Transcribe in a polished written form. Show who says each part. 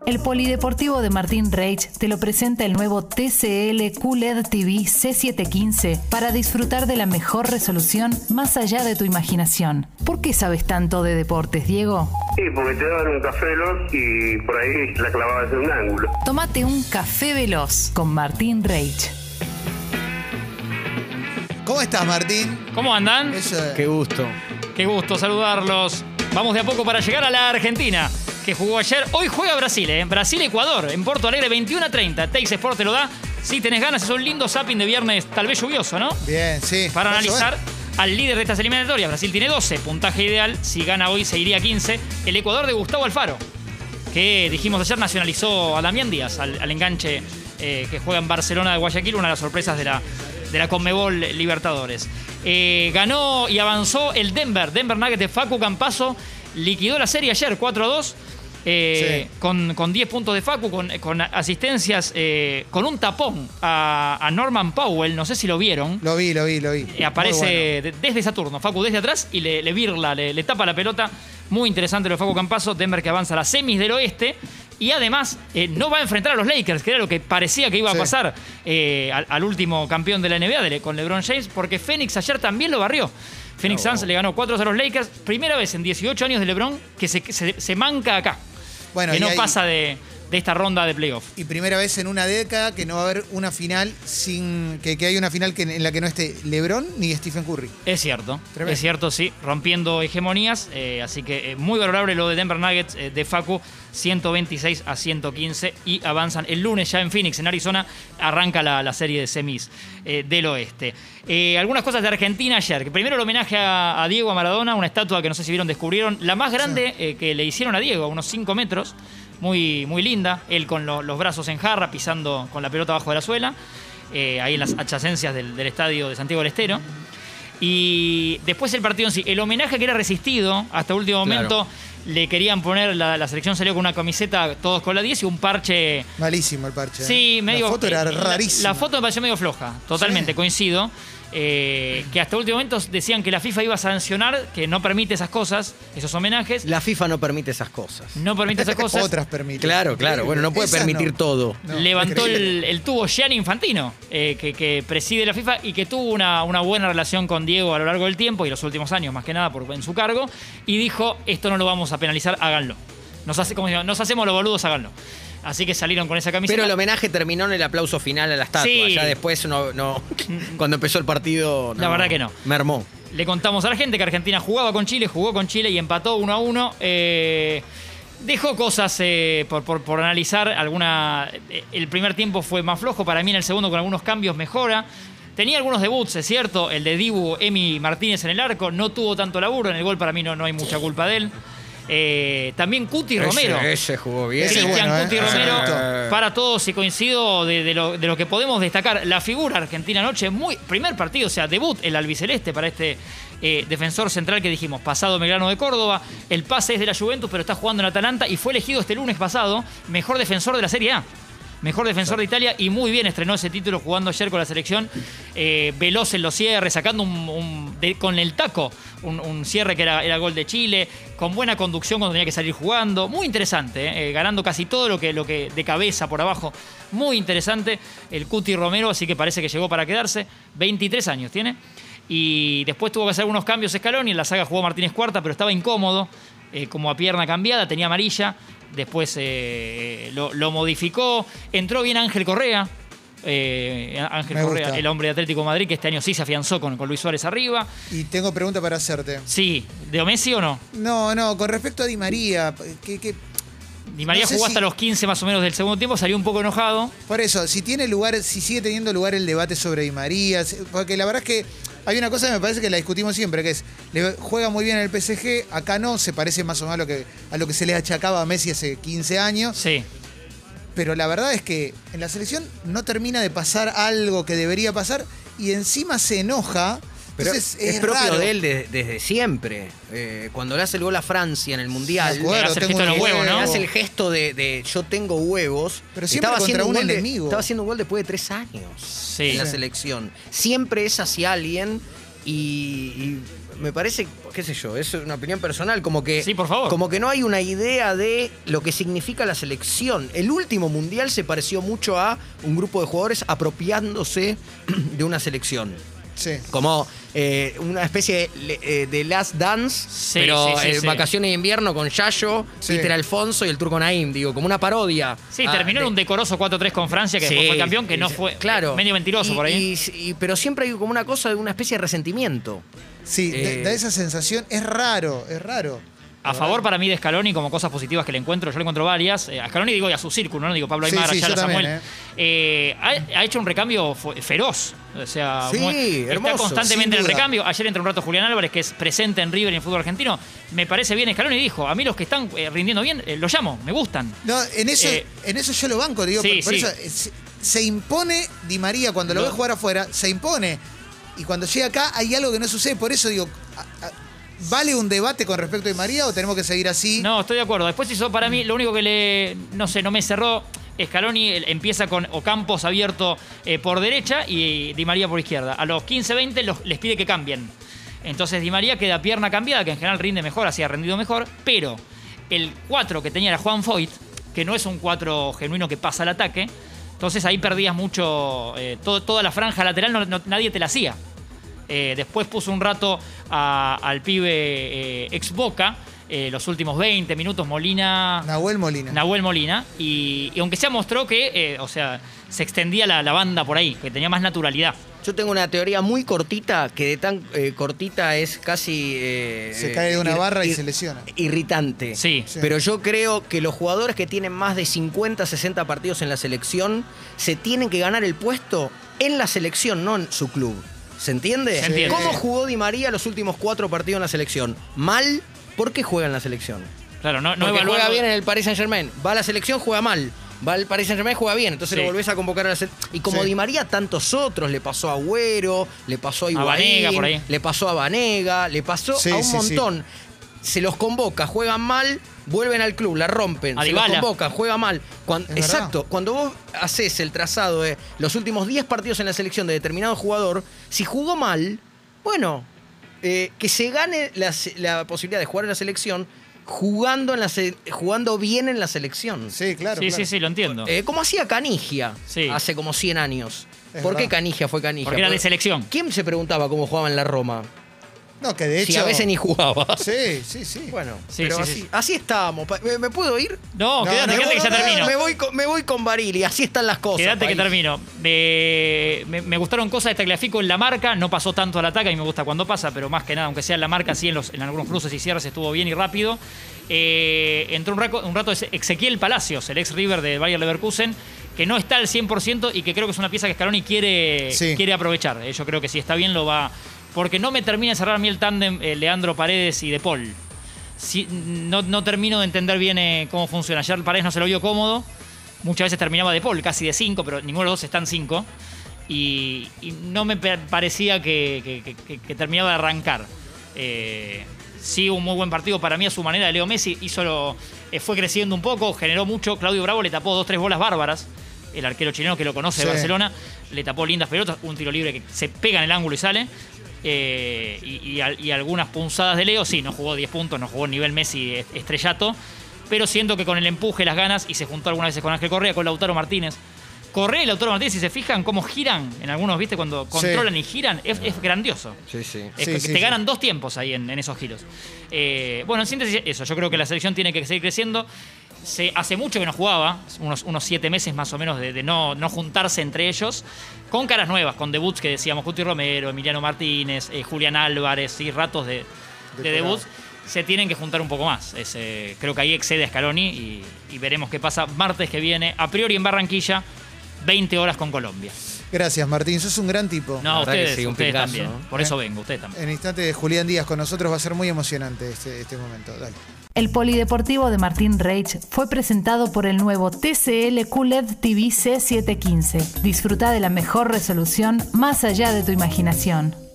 Speaker 1: El Polideportivo de Martín Reich te lo presenta el nuevo TCL QLED TV C715 para disfrutar de la mejor resolución más allá de tu imaginación. ¿Por qué sabes tanto de deportes, Diego?
Speaker 2: Sí, porque te daban un café veloz y por ahí la clavabas en un ángulo.
Speaker 1: Tómate un café veloz con Martín Reich.
Speaker 3: ¿Cómo estás, Martín?
Speaker 4: ¿Cómo andan?
Speaker 5: Qué gusto.
Speaker 4: Qué gusto saludarlos. Vamos de a poco para llegar a la Argentina, que jugó ayer. Hoy juega Brasil, Brasil-Ecuador, en Porto Alegre, 21:30. Teis Sport te lo da. Si tenés ganas, es un lindo zapping de viernes, tal vez lluvioso, ¿no?
Speaker 3: Bien, sí.
Speaker 4: Para analizar al líder de estas eliminatorias. Brasil tiene 12, puntaje ideal. Si gana hoy, se iría a 15. El Ecuador de Gustavo Alfaro, que dijimos ayer nacionalizó a Damián Díaz, al enganche que juega en Barcelona de Guayaquil, una de las sorpresas de la Conmebol Libertadores. Ganó y avanzó el Denver Nuggets de Facu Campazzo. Liquidó la serie ayer 4-2 sí. con 10 puntos de Facu, con asistencias, con un tapón a Norman Powell. No sé si lo vieron.
Speaker 3: Lo vi.
Speaker 4: Aparece bueno. Desde Saturno, Facu desde atrás y le virla, le tapa la pelota. Muy interesante lo de Facu Campazzo. Denver que avanza a las semis del oeste. Y además no va a enfrentar a los Lakers, que era lo que parecía que iba a pasar al último campeón de la NBA, con LeBron James, porque Phoenix ayer también lo barrió. Phoenix Suns le ganó 4-2 a los Lakers. Primera vez en 18 años de LeBron que se manca acá. Bueno, que no pasa de esta ronda de playoff.
Speaker 3: Y primera vez en una década que no va a haber una final sin que hay una final en la que no esté LeBron ni Stephen Curry.
Speaker 4: Es cierto.
Speaker 3: Tremendo.
Speaker 4: Es cierto, sí. Rompiendo hegemonías. Así que muy valorable lo de Denver Nuggets de Facu. 126-115 y avanzan el lunes ya en Phoenix, en Arizona. Arranca la serie de semis del oeste. Algunas cosas de Argentina ayer. Que primero el homenaje a Diego, a Maradona, una estatua que no sé si vieron, descubrieron. La más grande que le hicieron a Diego, unos 5 metros. Muy, muy linda. Él con los brazos en jarra, pisando con la pelota abajo de la suela. Ahí en las adyacencias del estadio de Santiago del Estero. Y después el partido en sí. El homenaje que era resistido hasta el último momento. Le querían poner, la selección salió con una camiseta todos con la 10 y un parche.
Speaker 3: Malísimo el parche.
Speaker 4: Sí, medio.
Speaker 3: La foto era rarísima.
Speaker 4: La foto me pareció medio floja, totalmente, sí. Coincido. Que hasta el último momento decían que la FIFA iba a sancionar, que no permite esas cosas, esos homenajes.
Speaker 5: La FIFA no permite esas cosas.
Speaker 4: No permite esas cosas.
Speaker 3: Otras permiten.
Speaker 5: Claro. Bueno, no puede permitir todo.
Speaker 4: No, levantó el tubo Gianni Infantino, que preside la FIFA y que tuvo una buena relación con Diego a lo largo del tiempo y los últimos años, más que nada en su cargo, y dijo, esto no lo vamos a penalizar, háganlo. Nos hacemos los boludos, háganlo. Así que salieron con esa camiseta.
Speaker 5: Pero el homenaje terminó en el aplauso final a la estatua. Sí. Ya después cuando empezó el partido.
Speaker 4: La verdad que no.
Speaker 5: Mermó.
Speaker 4: Le contamos a la gente que Argentina jugó con Chile y empató 1-1. Dejó cosas por analizar. El primer tiempo fue más flojo. Para mí en el segundo con algunos cambios mejora. Tenía algunos debuts, es cierto. El de Dibu Emi Martínez en el arco. No tuvo tanto laburo. En el gol para mí no hay mucha culpa de él. También Cuti Romero.
Speaker 5: Ese jugó bien.
Speaker 4: Cristian Cuti Romero. Para todos y coincido de lo que podemos destacar. La figura argentina anoche, primer partido, o sea, debut el albiceleste para este defensor central que dijimos, pasado Belgrano de Córdoba. El pase es de la Juventus, pero está jugando en Atalanta y fue elegido este lunes pasado mejor defensor de la Serie A. Mejor defensor de Italia y muy bien estrenó ese título jugando ayer con la selección. Veloz en los cierres, sacando con el taco un cierre que era gol de Chile, con buena conducción cuando tenía que salir jugando. Muy interesante, ganando casi todo lo que de cabeza por abajo. Muy interesante el Cuti Romero, así que parece que llegó para quedarse. 23 años tiene. Y después tuvo que hacer algunos cambios Scaloni. En la saga jugó Martínez Cuarta, pero estaba incómodo, como a pierna cambiada, tenía amarilla. Después lo modificó. Entró bien Ángel Correa. Ángel Correa, el hombre de Atlético de Madrid, que este año sí se afianzó con Luis Suárez arriba.
Speaker 3: Y tengo pregunta para hacerte.
Speaker 4: Sí. ¿De Messi o no?
Speaker 3: No. Con respecto a Di María,
Speaker 4: Di María jugó hasta los 15 más o menos del segundo tiempo, salió un poco enojado.
Speaker 3: Por eso, si sigue teniendo lugar el debate sobre Di María, porque la verdad es que hay una cosa que me parece que la discutimos siempre, que es, juega muy bien en el PSG, acá no, se parece más o menos a lo que se le achacaba a Messi hace 15 años.
Speaker 4: Sí.
Speaker 3: Pero la verdad es que en la selección no termina de pasar algo que debería pasar y encima se enoja.
Speaker 5: Pero
Speaker 3: entonces,
Speaker 5: es propio
Speaker 3: raro.
Speaker 5: de él desde siempre. Cuando le hace el gol a Francia en el Mundial,
Speaker 4: hace el gesto de los huevos, ¿no?
Speaker 5: Hace el gesto de yo tengo huevos.
Speaker 3: Pero siempre contra un enemigo.
Speaker 5: Estaba haciendo un gol después de 3 años en la selección. Siempre es hacia alguien y me parece, qué sé yo, es una opinión personal, como que...
Speaker 4: Sí, por favor.
Speaker 5: Como que no hay una idea de lo que significa la selección. El último mundial se pareció mucho a un grupo de jugadores apropiándose de una selección.
Speaker 3: Sí.
Speaker 5: Como una especie de Last Dance,
Speaker 4: Sí,
Speaker 5: pero
Speaker 4: sí.
Speaker 5: vacaciones de invierno con Yayo,
Speaker 3: Sí.
Speaker 5: Peter Alfonso y el Turco Naim, digo, como una parodia.
Speaker 4: Sí, terminó en un decoroso 4-3 con Francia, que después fue campeón, que no fue medio mentiroso por ahí.
Speaker 5: Pero siempre hay como una cosa de una especie de resentimiento.
Speaker 3: Sí, da esa sensación. Es raro.
Speaker 4: A favor para mí de Scaloni, como cosas positivas que le encuentro, yo le encuentro varias. A Scaloni digo y a su círculo, ¿no? Digo Pablo Aymar,
Speaker 3: Sí,
Speaker 4: Ayala,
Speaker 3: yo
Speaker 4: Samuel.
Speaker 3: también,
Speaker 4: Ha hecho un recambio feroz. O sea,
Speaker 5: Sí, hermoso,
Speaker 4: está constantemente
Speaker 3: sin
Speaker 4: en el
Speaker 3: duda.
Speaker 4: recambio. Ayer entró un rato Julián Álvarez, que es presente en River y en el fútbol argentino. Me parece bien. Scaloni dijo, a mí los que están rindiendo bien, los llamo, me gustan.
Speaker 3: No, en eso yo lo banco, digo,
Speaker 4: sí,
Speaker 3: por
Speaker 4: sí.
Speaker 3: eso se impone Di María cuando lo ve jugar afuera, se impone. Y cuando llega acá hay algo que no sucede, por eso digo, ¿vale un debate con respecto a Di María o tenemos que seguir así?
Speaker 4: No, estoy de acuerdo. Después hizo para mí, lo único que no me cerró. Scaloni empieza con Ocampos abierto por derecha y Di María por izquierda. A los 15-20 les pide que cambien. Entonces Di María queda pierna cambiada, que en general rinde mejor, así ha rendido mejor. Pero el 4 que tenía era Juan Foyt, que no es un 4 genuino que pasa al ataque. Entonces ahí perdías mucho. Toda la franja lateral nadie te la hacía. Después puso un rato al pibe ex Boca. Los últimos 20 minutos
Speaker 3: Nahuel Molina.
Speaker 4: Y aunque se mostró que se extendía la banda por ahí, que tenía más naturalidad.
Speaker 5: Yo tengo una teoría muy cortita, que de tan cortita es casi...
Speaker 3: se cae de una barra y se lesiona.
Speaker 5: Irritante.
Speaker 4: Sí.
Speaker 5: Pero yo creo que los jugadores que tienen más de 50, 60 partidos en la selección se tienen que ganar el puesto en la selección, no en su club. ¿Se entiende?
Speaker 4: Se entiende.
Speaker 5: ¿Cómo jugó Di María los últimos 4 partidos en la selección? Mal. ¿Por qué juega en la selección?
Speaker 4: Claro, no
Speaker 5: Porque
Speaker 4: evaluarlo.
Speaker 5: juega bien en el Paris Saint-Germain. Va a la selección, juega mal. Va al Paris Saint-Germain, juega bien. Entonces
Speaker 4: Sí.
Speaker 5: lo volvés a convocar a la selección. Y como
Speaker 3: Sí.
Speaker 5: Di María, tantos otros. Le pasó a Agüero, le pasó a Higuaín,
Speaker 4: Vanega, por ahí.
Speaker 5: le pasó a Vanega, le pasó
Speaker 3: Sí,
Speaker 5: a un
Speaker 3: sí,
Speaker 5: montón. Se los convoca, juegan mal, vuelven al club, la rompen.
Speaker 4: A
Speaker 5: Se los
Speaker 4: Dybala.
Speaker 5: convoca, juega mal.
Speaker 3: Es
Speaker 5: Exacto. Cuando vos haces el trazado de los últimos 10 partidos en la selección de determinado jugador, si jugó mal, bueno, que se gane la posibilidad de jugar en la selección jugando bien en la selección.
Speaker 3: Sí, claro.
Speaker 4: Sí,
Speaker 3: claro.
Speaker 4: sí, lo entiendo.
Speaker 5: Como hacía Canigia
Speaker 4: Sí.
Speaker 5: hace como 100 años.
Speaker 3: Es
Speaker 5: ¿Por qué
Speaker 3: verdad.
Speaker 5: Canigia fue Canigia?
Speaker 4: Porque era de selección.
Speaker 5: ¿Quién se preguntaba cómo jugaba en la Roma?
Speaker 3: No, que de hecho.
Speaker 5: Si a veces ni jugaba.
Speaker 3: Sí.
Speaker 5: Bueno,
Speaker 4: Sí,
Speaker 5: pero
Speaker 4: sí,
Speaker 5: así,
Speaker 4: sí.
Speaker 5: así estábamos. ¿Me puedo ir?
Speaker 4: No, quédate que ya termino.
Speaker 5: Me voy con Barili, así están las cosas.
Speaker 4: Quédate que
Speaker 5: país.
Speaker 4: termino. Me gustaron cosas de Tagliafico en la marca, no pasó tanto al ataque, a mí me gusta cuando pasa, pero más que nada, aunque sea en la marca, sí en algunos cruces y cierres estuvo bien y rápido. Entró un rato Ezequiel Palacios, el ex River de Bayer Leverkusen, que no está al 100% y que creo que es una pieza que Scaloni quiere aprovechar. Yo creo que si está bien lo va... Porque no me termina de cerrar a mí el tándem Leandro Paredes y De Paul. No termino de entender bien cómo funciona. Ayer Paredes no se lo vio cómodo. Muchas veces terminaba De Paul, casi de 5, pero ninguno de los dos está en 5. Y no me parecía que terminaba de arrancar. Sí, un muy buen partido para mí a su manera de Leo Messi. Fue creciendo un poco, generó mucho. Claudio Bravo le tapó 2-3 bolas bárbaras. El arquero chileno que lo conoce de Barcelona. Le tapó lindas pelotas. Un tiro libre que se pega en el ángulo y sale. Y algunas punzadas de Leo. Sí, no jugó 10 puntos, no jugó nivel Messi estrellato. Pero siento que con el empuje, las ganas, y se juntó algunas veces con Ángel Correa, con Lautaro Martínez. Correa y Lautaro Martínez, si se fijan cómo giran en algunos, ¿viste? Cuando controlan y giran, es grandioso.
Speaker 5: Sí, sí.
Speaker 4: Te ganan 2 tiempos ahí en esos giros. Bueno, en síntesis, eso. Yo creo que la selección tiene que seguir creciendo. Hace mucho que no jugaba, unos 7 meses más o menos de no juntarse entre ellos, con caras nuevas, con debuts que decíamos, Guti Romero, Emiliano Martínez, Julián Álvarez, y ratos de debuts. Se tienen que juntar un poco más. Creo que ahí excede a Scaloni y veremos qué pasa martes que viene, a priori en Barranquilla, 20 horas con Colombia.
Speaker 3: Gracias, Martín. Sos un gran tipo.
Speaker 4: No,
Speaker 5: verdad que
Speaker 4: ustedes,
Speaker 5: sí, un
Speaker 4: ustedes
Speaker 5: picazo,
Speaker 4: también.
Speaker 5: ¿no?
Speaker 4: Por eso vengo, ustedes también.
Speaker 3: En instante, Julián Díaz con nosotros va a ser muy emocionante este momento. Dale.
Speaker 1: El Polideportivo de Martín Reich fue presentado por el nuevo TCL QLED TV C715. Disfruta de la mejor resolución más allá de tu imaginación.